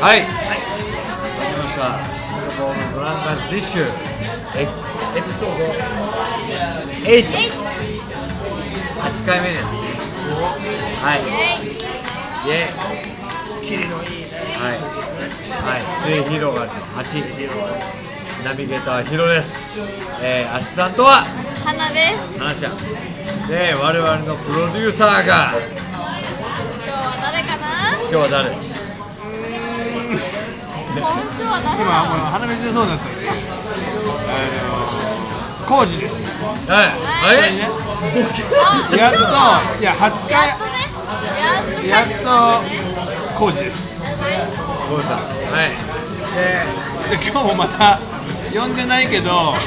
はい。はい。わかりました。シンガポールドランカーズディッシュエピソード8。8回目ですね。はい。イェイ。 キリのいいね。 はい。はい。末広がりの8。ナビゲーターヒロです。アシスタントは花です。 花ちゃん。で、我々のプロデューサーが。 今日は誰かな？ 今日は誰？ 今週は誰？ 今鼻水出そうになった。コウジです。 はい。あれ？ やっといや8回やっとコウジです。 コウジさん。はい。 で今日もまた呼んでないけど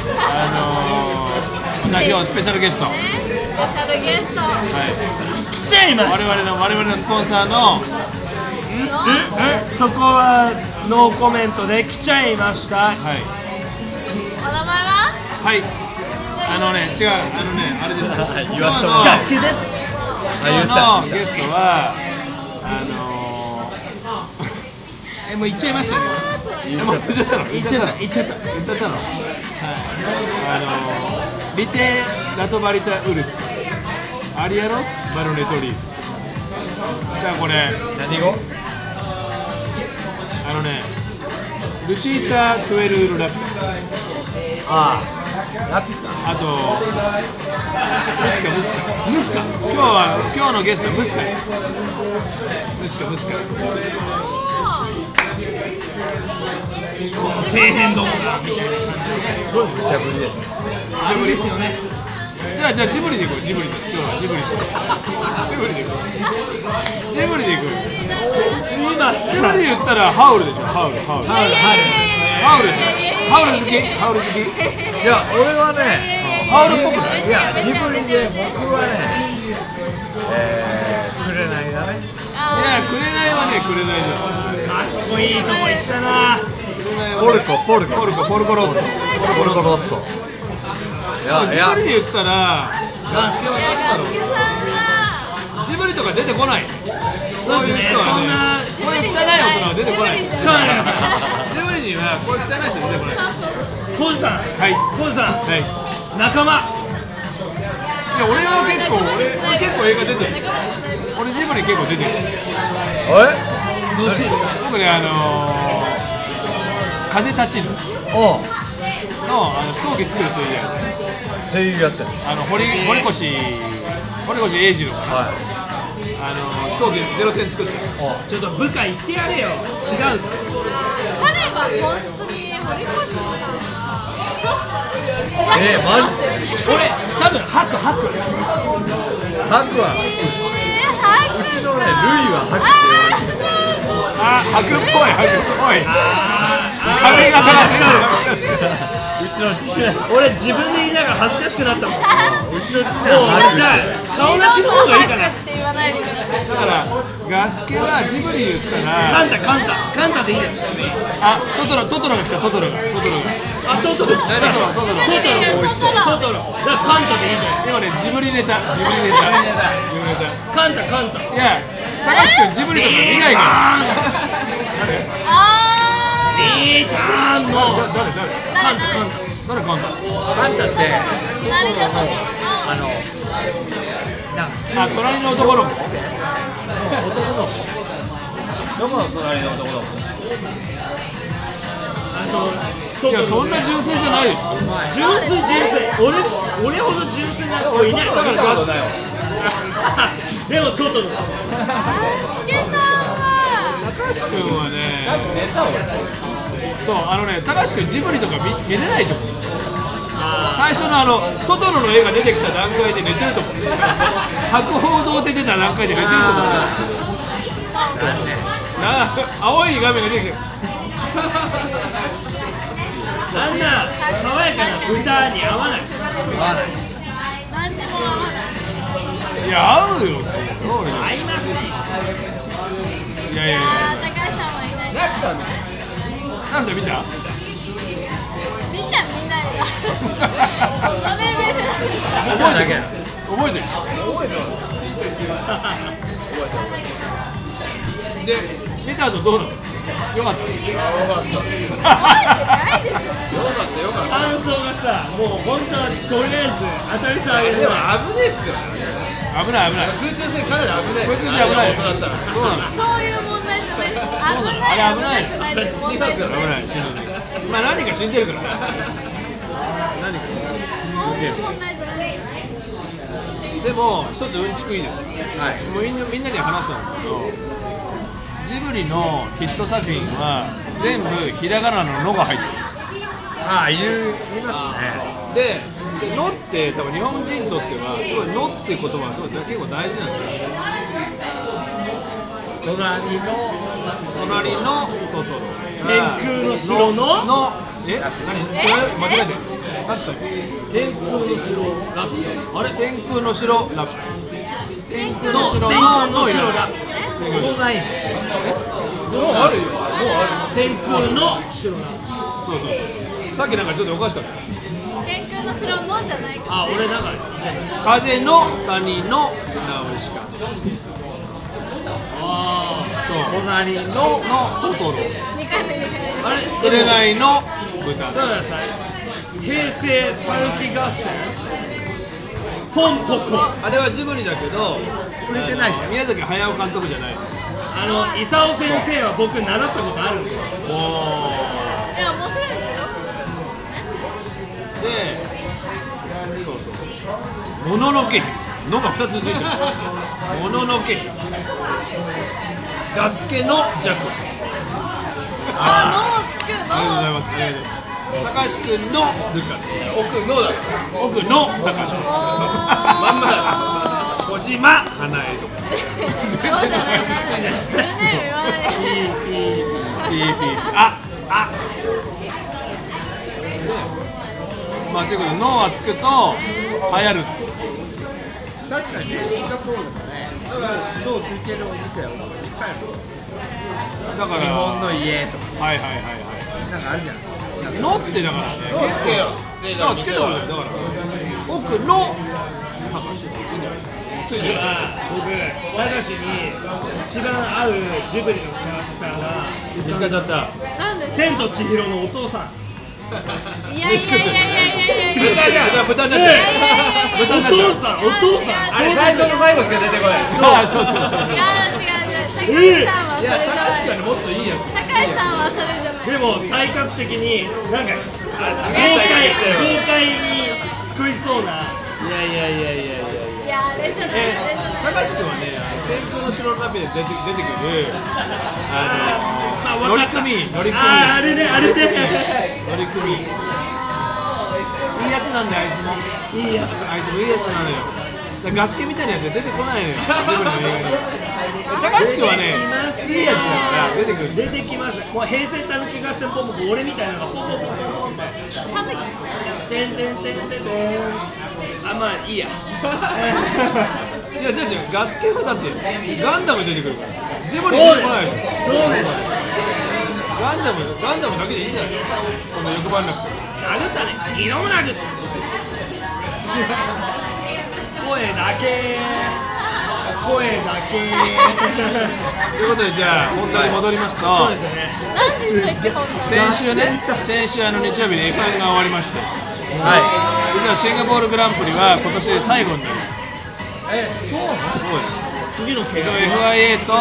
今日はスペシャルゲスト。 スペシャルゲスト。 はい。来ちゃいます。我々のスポンサーの。 そこはノーコメントで来ちゃいました。 はい。 お名前は？ はい。違うあれです。 言わせてもガスケです。 今日のゲストはもう言っちゃいましたね。言っちゃったの。リテラトバリタウルスアリアロスバロネトリ。じゃあこれ何語？ ルシータ・トゥエルールラピあラピあとムスカ今日のゲストはムスカです。ムスカ底辺どこだすごい無茶ぶりです。 あれですよね。 じゃあジブリでいこう。今日はジブリでいこう。ジブリで言ったらハウルでしょ。ハウル好き。 いや俺はねハウルっぽくない？ いやジブリで僕はね紅だね。 いや紅はね紅です。 かっこいいとこ行ったな。 ポルコロッソ。いやジブリで言ったらガスケはジブリとか出てこない。そういう人はね、こういう汚い大人は出てこない。ジブリにはこういう汚い人出てこない。 コウジさん、 はい。 仲間。 いや俺結構映画出てる。俺ジブリ結構出てる。 どっちですか？ 僕ね風立ちぬの飛行機作る人いるじゃないですか。 声優やってる。 堀越英二郎かな。飛行機ゼロ戦作ってる。 ちょっと部下言ってやれよ。違う。 彼は本当に堀越さん。 マジ？ 俺多分ハク。 ハクはうちのねルイはハクって言われてる。 ハクっぽい。髪型がうちの父俺自分で言いながら恥ずかしくなったもん。 うちの父じゃあ顔なしの方がいいかな。 って言わないでください。 だからガスケはジブリ言ったらカンタでいいです。 トトロが来た。トトロがトトロ。だからカンタでいいじゃないですか。 今ねジブリネタカンタ。 いや高橋君ジブリとか見ないから。誰カンタカンタって隣の男の子。 どこの隣の男の子？ いやそんな純粋じゃないでしょ。 純粋。俺ほど純粋な子いない。 だからガスケでもトトロ。 高橋君はねそう高橋君ジブリとか見れないと思う。最初のトトロの絵が出てきた段階で寝てると思う。博報堂で出た段階で寝てると思う。青い画面が出てきてあんな爽やかな歌に合わない。 いや合うよ。 合いません。 いや高橋さんはいない。 なんで見た？ みんなそれ見る。 覚えてる。で見た後どうなの？ よかったないでしょ。 感想がさ、もう本当はとりあえず当たり障りでは危ねえっすよ。 危ない危ない空中戦かなり危ない。 空中戦危ない本当だったら。 そうなのそういう問題じゃないです。危ないあれ危ない危ないって問題じゃ危ない。 ない死ぬねまあ何か死んでるから何かそういう問題じゃない。 でも一つうんちくいいですよはい。 もうみんなに話したんですけどジブリのヒット作品は全部ひらがなの「の」が入ってるんですああ、言いますね。 で「の」って多分日本人にとってはすごい「の」っていう言葉はすごい結構大事なんですよ隣の隣のトトロ天空の城ののえ何違う間違えてる何て言ったの天空の城ラピュタ。 あれ天空の城ラピュタ天空の城の天空の城のラピュここないの。 もうあるよタ。天空の城ラピュそうさっきなんかちょっとおかしかった天空の城のじゃないかタ。あ、俺だからじゃ風の谷のナウシカそう隣ののトトロ 2回目あれ紅の豚たださ、平成たぬき合戦ポンポコ、 あれはジブリだけど売れてないじゃん。 宮崎駿監督じゃない伊佐尾先生は僕習ったことあるんで。 いや面白いですよ。 でそうもののけのが2つ出てるもののけガスケのジャックあ、脳つくありがとうございますありがとうございます高橋君のルカ奥のだ。 奥の高橋ままんまだ。 小島花江とかそうじゃないな。フルネーム言わないで。 ピーあまあということで脳がつくと流行る確かにね、シンガポールとかね、どうついてるお店やろ。 だから日本の家とかはいはいはいなんかあるじゃん。 はい脳ってだからねどうつけよ。 だからつけた方がいいだから奥の高橋ついてる今僕和菓子に一番合うジブリのキャラクターが見つかっちゃったなんで千と千尋のお父さん。 いやいやいやいやいやいやいやいや豚になっちゃう豚になっちゃうお父さん、お父さん。 あれ最初の最後しか出てこない。 そうそうそうそう違う高橋さんはそれじゃない。 いや確かにもっといいやつ高橋さんはそれじゃない。 でも体格的になんか豪快に食いそうな。 いやいやいやいやいやいやあれじゃないあれじゃない。 高橋君はね天空の城の中で出てくる乗分かった組あれね、あれね。 乗組いいやつなんだよあいつもいいやつ。 あいつもいいやつなのよだからガスケみたいなやつ出てこないのよジブリの映画に高橋君はねいいやつだから出てくる出てきます。もう平成たぬき合戦ポンポコ俺みたいなのがポンポンポンポンポンたぬき。 てんてんてんてんてん。あ、まあいいや。 いやじゃあガスケはだってガンダム出てくるからジブリ出てこないでしょそうです。 ガンダムだけでいいんだよそんな欲張んなくて殴ったね。色も殴った。声だけ。声だけ。 ということでじゃあ本題に戻りますとそうですよね。 なんでしたっけ本当。 先週日曜日に F1 が終わりましてはい。 実はシンガポールグランプリは今年で最後になりますそうなの？ そうです次の怪我。 FIA と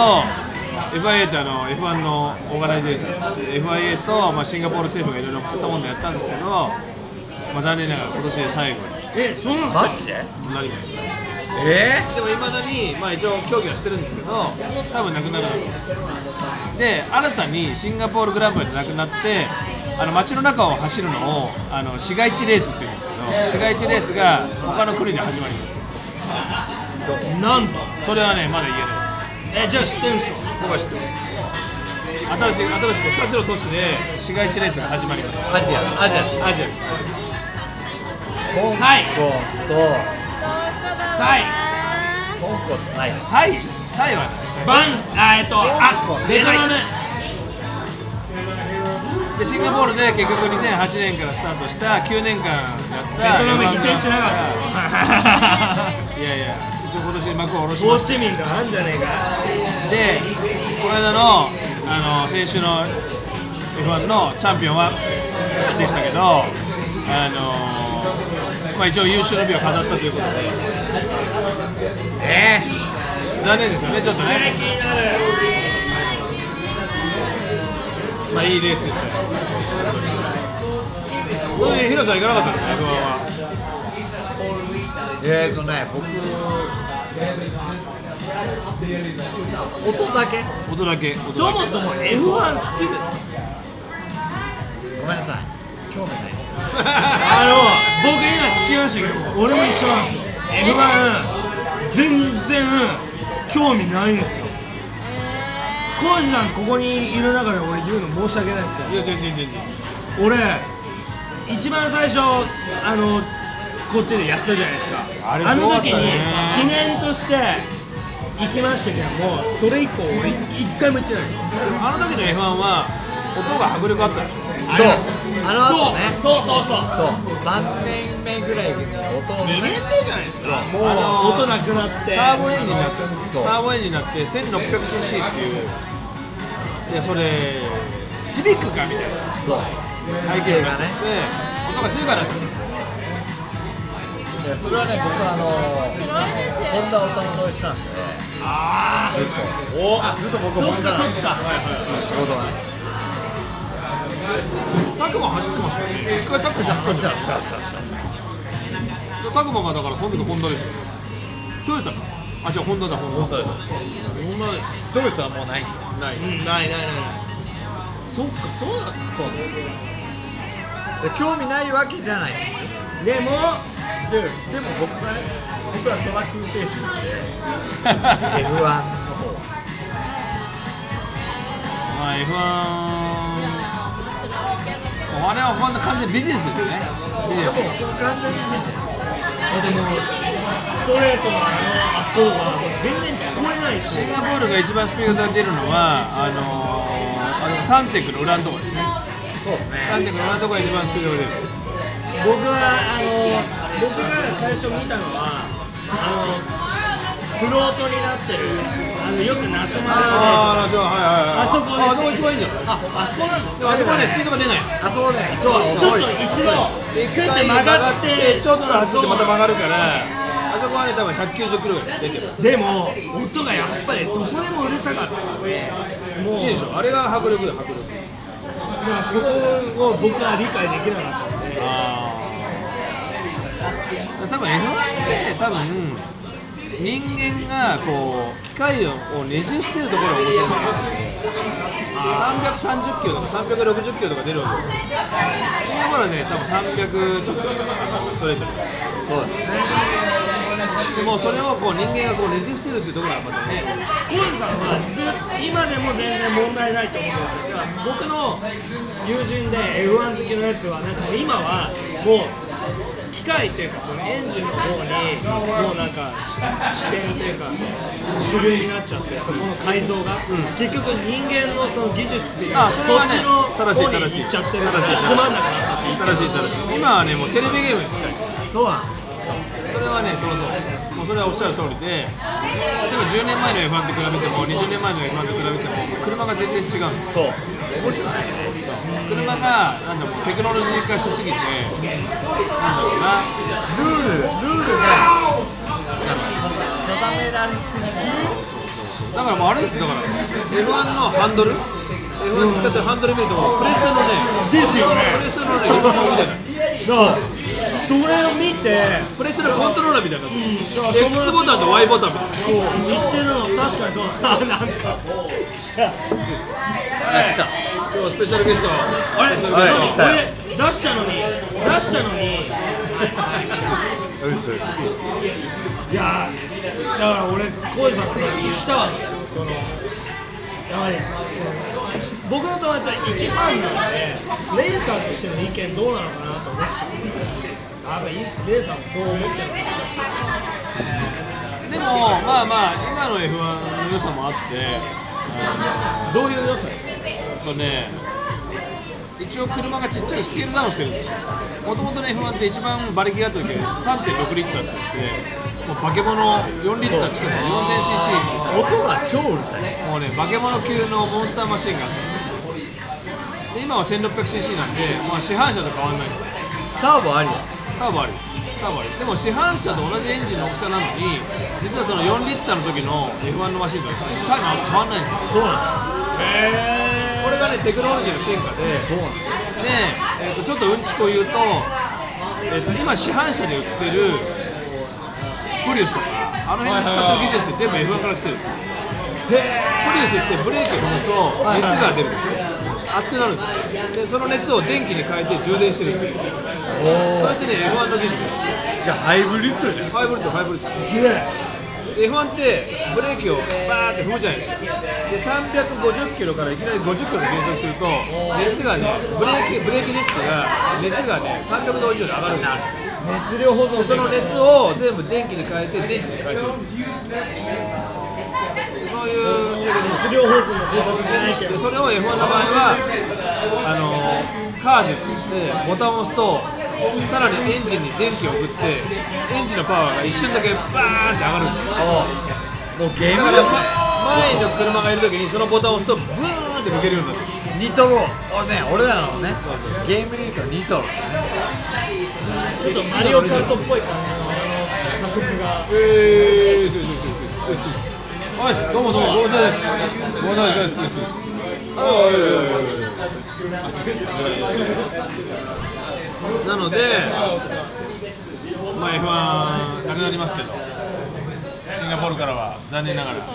F1 のオーガナイゼーター FIA と、シンガポール政府がいろいろ吸ったもんでやったんですけど、残念ながら今年で最後そうなんマジで？ になりますでもいまだに、一応競技はしてるんですけど多分なくなるだろうで新たにシンガポールグランプリでなくなって街の中を走るのを市街地レースって言うんですけど市街地レースが他の国で始まりますなんと。 それはねまだ言えないじゃあ知ってるんですか。 僕は知ってます新しく2つの都市で市街地レースが始まりますアジアです。 です香港はいとどこだろうはいな。 香港とない。 タイはベトナム。 でシンガポールで結局2008年からスタートした9年間やったベトナム否定しなかったいやいや一応今年幕を下ろしホーましチミンがあんじゃねえか。 てでこの間の先週の F1 のチャンピオンはでしたけど、まあ、一応優秀の美を飾ったということで、残念ですよね、ちょっとね。まあいいレースでしたよ。そういう広さん行かなかったですか、F1 は。 僕音だけ。 音だけ。 そもそも F1 好きですか？ ごめんなさい、興味ないです。 僕今聞きましたけど、俺も一緒なんですよ。F1 全然興味ないんですよ。浩二さんここにいる中で俺言うの申し訳ないですけど、 いや全然俺一番最初こっちでやったじゃないですか。 あれすごかったね。 の時に記念として行きましたけども、それ以降俺一回も行ってない。 あの時の F1 は音が迫力あったでしょ。 そう、あの後ね。 そう 3年目ぐらいで音を 2年目じゃないですか。もう音なくなってターボエンジンになったんです。ターボエンジンになって 1600cc っていう、いやそれシビックかみたいなそう背景がね、音が静かになっちゃうんですよ。 いやそれはね、僕白いですよ。 ホンダを担当したんで、ずっと僕ホンダなんで、仕事がね。 タクマ走ってましたよね。一回タクマ走ってました。タクマがだからその時ホンダですよ。トヨタか。あ、じゃあホンダだ、ホンダです。 トヨタはもうないんだよ。 ない。 ないそっか、そうだった。 で興味ないわけじゃないんですよ。 でも僕はトラック運転手なんでF1 の方まあ F1、あれはほんと完全にビジネスですね。ビジネス。 完全にでもストレートのあそこが全然聞こえないし、 シンガポールが一番スピードが出るのはサンテックの裏のところですね。 そうですね。 サンテックの裏のところが一番スピードが出る。 僕が最初見たのはフロートになってるよくナショナルであそこです。あそこ一番いいんじゃない。 あそこなんですか。 あそこはねスピードが出ない。 あそこね、 ちょっと一度グッて曲がってちょっと走ってまた曲がるから、あそこはね多分190キロぐらい出てる。 でも音がやっぱりどこでもうるさかったので、もういいでしょ。あれが迫力だ、迫力。 そこを僕は理解できなかったので、 多分 F1 って多分人間がこう機械をねじ伏せるところが面白いなと思って、330キロとか360キロとか出るわけですよ。シンガポールはね多分300ちょっとストレートで。 そうですね。 でもそれをこう人間がこうねじ伏せるっていうところがまたね。 コンさんは今でも全然問題ないと思うんですけど、僕の友人で F1 好きのやつはなんかもう今はもう機械っていうかそのエンジンの方にもうなんか視点っていうか主流になっちゃって、そこの改造が、結局人間のその技術っていうかそれはねそっちの方に行っちゃってるからつまんなくなったっていう。 正しい。今はねもうテレビゲームに近いです。 そうなんです。 それはねその通り。もうそれはおっしゃる通りで、例えば10年前の F1 と比べても20年前の F1 と比べても車が全然違うんです。 そう。面白いね。 車がなんだろうテクノロジー化しすぎて、なんだろうな、 ルールが定められすぎて。 だからもうあれですよ。だから F1 のハンドル、F1 使ってるハンドル見るとプレステのね、 ですよね。 プレステのねリモコンみたいな、 だからそれを見てプレステのコントローラーみたいな、X ボタンと Y ボタンみたいな。 そう言ってるの確かにそうだな。なんか今日スペシャルゲスト、 あれ、 スペシャルゲスト、 俺出したのにいやだから俺浩司さんの話に聞きたかったんですよ。そのやはり僕の友達は一ファンなのでレーサーとしての意見どうなのかなと思ってたんで、やっぱレーサーもそう思ってるのかでもまあまあ今の F1 の良さもあって、 どういう良さですか。 ね、一応車がちっちゃいスケールダウンしてるんですよ。もともとの F1 って一番馬力があった時3.6リッターって言って、 もう化け物4リッター近く 4000cc 音が超うるさい。 もうね化け物級のモンスターマシンがあったんですよ。で今は 1600cc なんで、まあ、市販車と変わらないんですよ。 ターボありや。 ターボありです。ターボあり。でも市販車と同じエンジンの大きさなのに、実はその4リッターの時の F1 のマシンとですね、タイム変わらないんですよ。 そうなんこれがねテクノロジーの進化で、 です。そうなんです。 で、ちょっとうんちこ言うと、今市販車で売ってるプリウスとかあの辺で使ってる技術って全部 F1 から来てるんですよ。プリウスってブレーキを踏むと熱が出るんですよ。熱くなるんですよ。でその熱を電気に変えて充電してるんですよ。それってね F1 の技術なんですよ。 じゃあハイブリッドじゃん。 ハイブリッドハイブリッド。 すげえ。 F1 ってブレーキをバーって踏むじゃないですか。で350キロからいきなり50キロで減速すると熱がねブレーキディスクが熱がね300度以上で上がるんですよ。 熱量保存でその熱を全部電気に変えて電池に変えてるんですよ。そういう熱量保存の法則じゃないけどでそれを F1 の場合はカーズって言ってボタンを押すとさらにエンジンに電気を送ってエンジンのパワーが一瞬だけバーンって上がるんですよ。 もうゲーだからムですね。 前の車がいるときにそのボタンを押すとブーンって抜けるようになってる。 ニトロ。俺らのね、ゲームで言うとニトロ。 ちょっとマリオカートっぽい感じの加速がはい、どうもどうも、ゴーダです。ゴーダです。なので、まあ F1 なくなりますけど、シンガポールからは残念ながら。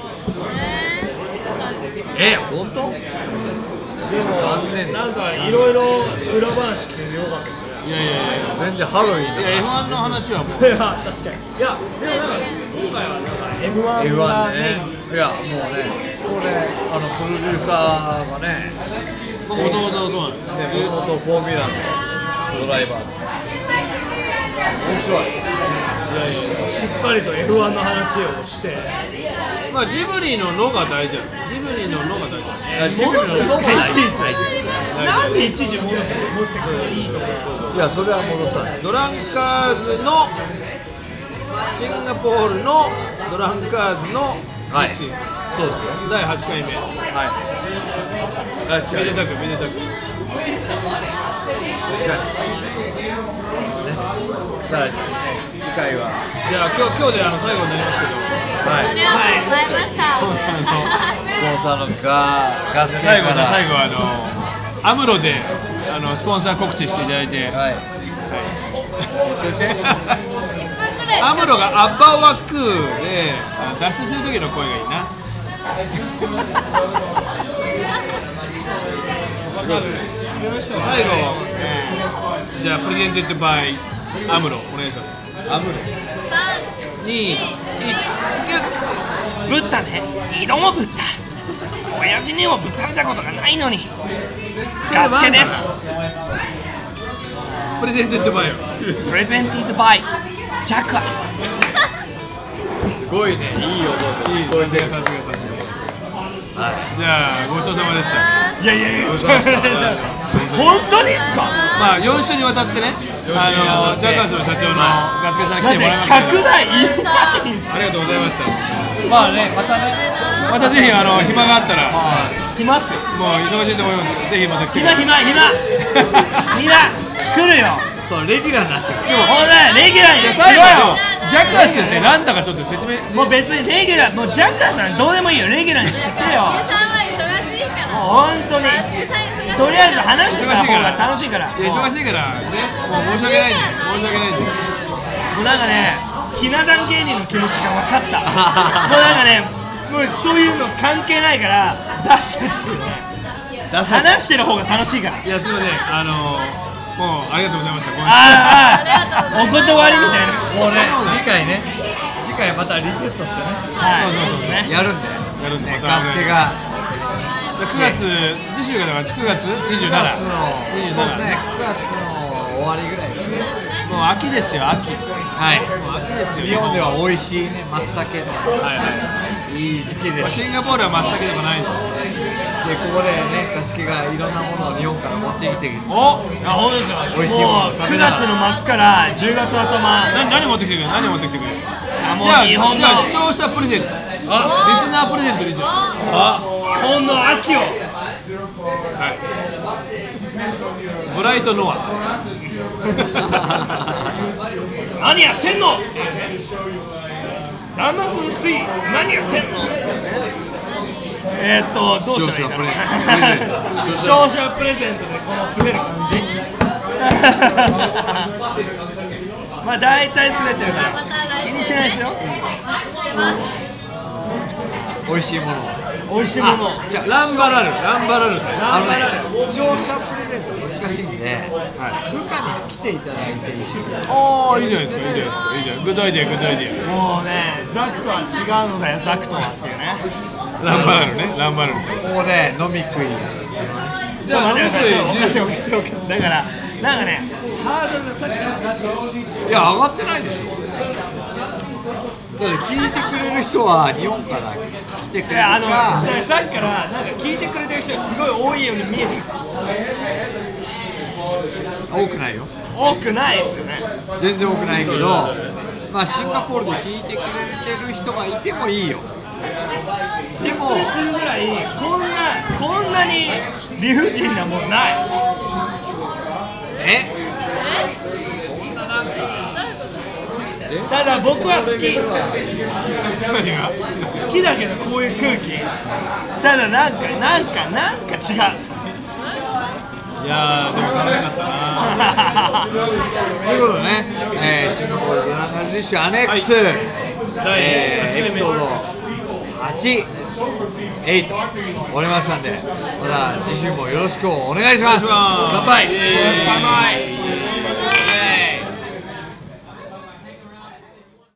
本当？ でも残念。 なんかいろいろ裏話聞けてよかったですね。 いや、 全然ハロウィンの F1 の話はもう。 いや確かに。いやでもなんか今回はなんか F1 が F1 でメイン。 ね。いやもうね、これプロデューサーがね、 もともとそうなんです。 元フォーミュラのドライバー。面白い。 しっかりと F1 の話をして、 まあジブリののが大事だ。ジブリののが大事だ。 戻すのかいちいち。 いなんでいちいち戻してくるいいところ。 やそれは戻さない。 ドランカーズのシンガポールのドランカーズのはい。 シーズンそうですよ。 第8回目。 はい。 めでたくめでたく。 だから次回はじゃあ今日で最後になりますけど、 ありがとうございました。 コンスタント。 スポンサーのガス系最後からアムロでスポンサー告知していただいて、 はい。 アムロがアッバーワックで脱出する時の声がいいな。最後、じゃあプレゼンテッドバイアムロお願いします。 アムロ。 2、1、 ブッダね、二度もブッダ。親父にもぶっ食べたことがないのに。ガスケです。 プレゼンテッドバイプレゼンティッドバイジャクアス。 すごいね、いいよ。 さすが。じゃあごちそうさまでした。 いやいやいや。 本当ですか？ まあ4週にわたってね、ジャカーズの社長のガスケさんに来てもらいましたけど、 拡大いい。 ありがとうございました。 まあね、またね。 またぜひ暇があったら、 来ます。 もう忙しいと思いますけど、ぜひまた来てください。 来るよ。 そうレギュラーになっちゃう。 ほらレギュラーにしろ最後よ。 ジャカーズってなんだかちょっと説明。 もう別にレギュラー、もうジャッカーさんどうでもいいよ。レギュラーにしてよ。 さんは忙しいから。 本当に。とりあえず話してた方が楽しいから。 いや忙しいからね、もう申し訳ないんで、 もうなんかね、ひな壇芸人の気持ちが分かった。もうなんかね、もうそういうの関係ないから出してっていうね。話してる方が楽しいから。 いやすみません、もうありがとうございました。 お断りみたいな。 もうね、次回またリセットしてね。 はい、 そうですね。 やるんで。 やるんで、 ね、ガスケが 9月、次週がだから9月27。 そうですね。9月の終わりぐらいですね。 もう秋ですよ、秋。 はい。 もう秋ですよ。 日本では美味しいね、松茸のいい時期です。 シンガポールは松茸とかないんで。 でここでね、ガスケがいろんなものを日本から持ってきてお、いや本当ですよ。 美味しいものもう9月の末から10月の頭。 何持ってきてくれる？何持ってきてくれる？ もうじゃあ日本のじゃあ視聴者プレゼント、リスナープレゼントでいいんじゃない？ 日本の秋をブライトノア何やってんのダマ君水何やってんのどうしたらいいんだろう視聴者プレゼントでこの滑る感じまあ大体滑ってるから気にしないですよ。 してます。 美味しいもの美味しいものじゃあランバラルですランバラル視聴者プレゼント難しいんで、部下に来ていただいて一緒にああいいじゃないですか、いいじゃないですか、いいじゃない、グッドアイデアグッドアイデもうねザクとは違うのだよザクとはっていうね。 ア。ランバラルね、ランバラルです。 ここで飲み食いじゃあ飲み食いおかしいおかしいおかしいだからなんかねハードルがさっきから上がってる。 いや上がってないでしょ。だって聞いてくれる人は日本から来てくれるいやかさっきからなんか聞いてくれてる人がすごい多いように見えてる。 多くないよ多くないですよね。 全然多くないけどまあシンガポールで聞いてくれてる人がいてもいいよ。でもこれするぐらいこんなに理不尽なもんない。ただ僕は好き何が？ 好きだけどこういう空気ただなんか違う。 いやーでも楽しかったな。 ということでね、シンガポールブランカル実習アネックス、 第8 エ回目ピソード8、8終わりましたんでまた次週もよろしくお願いします。乾杯。 乾杯。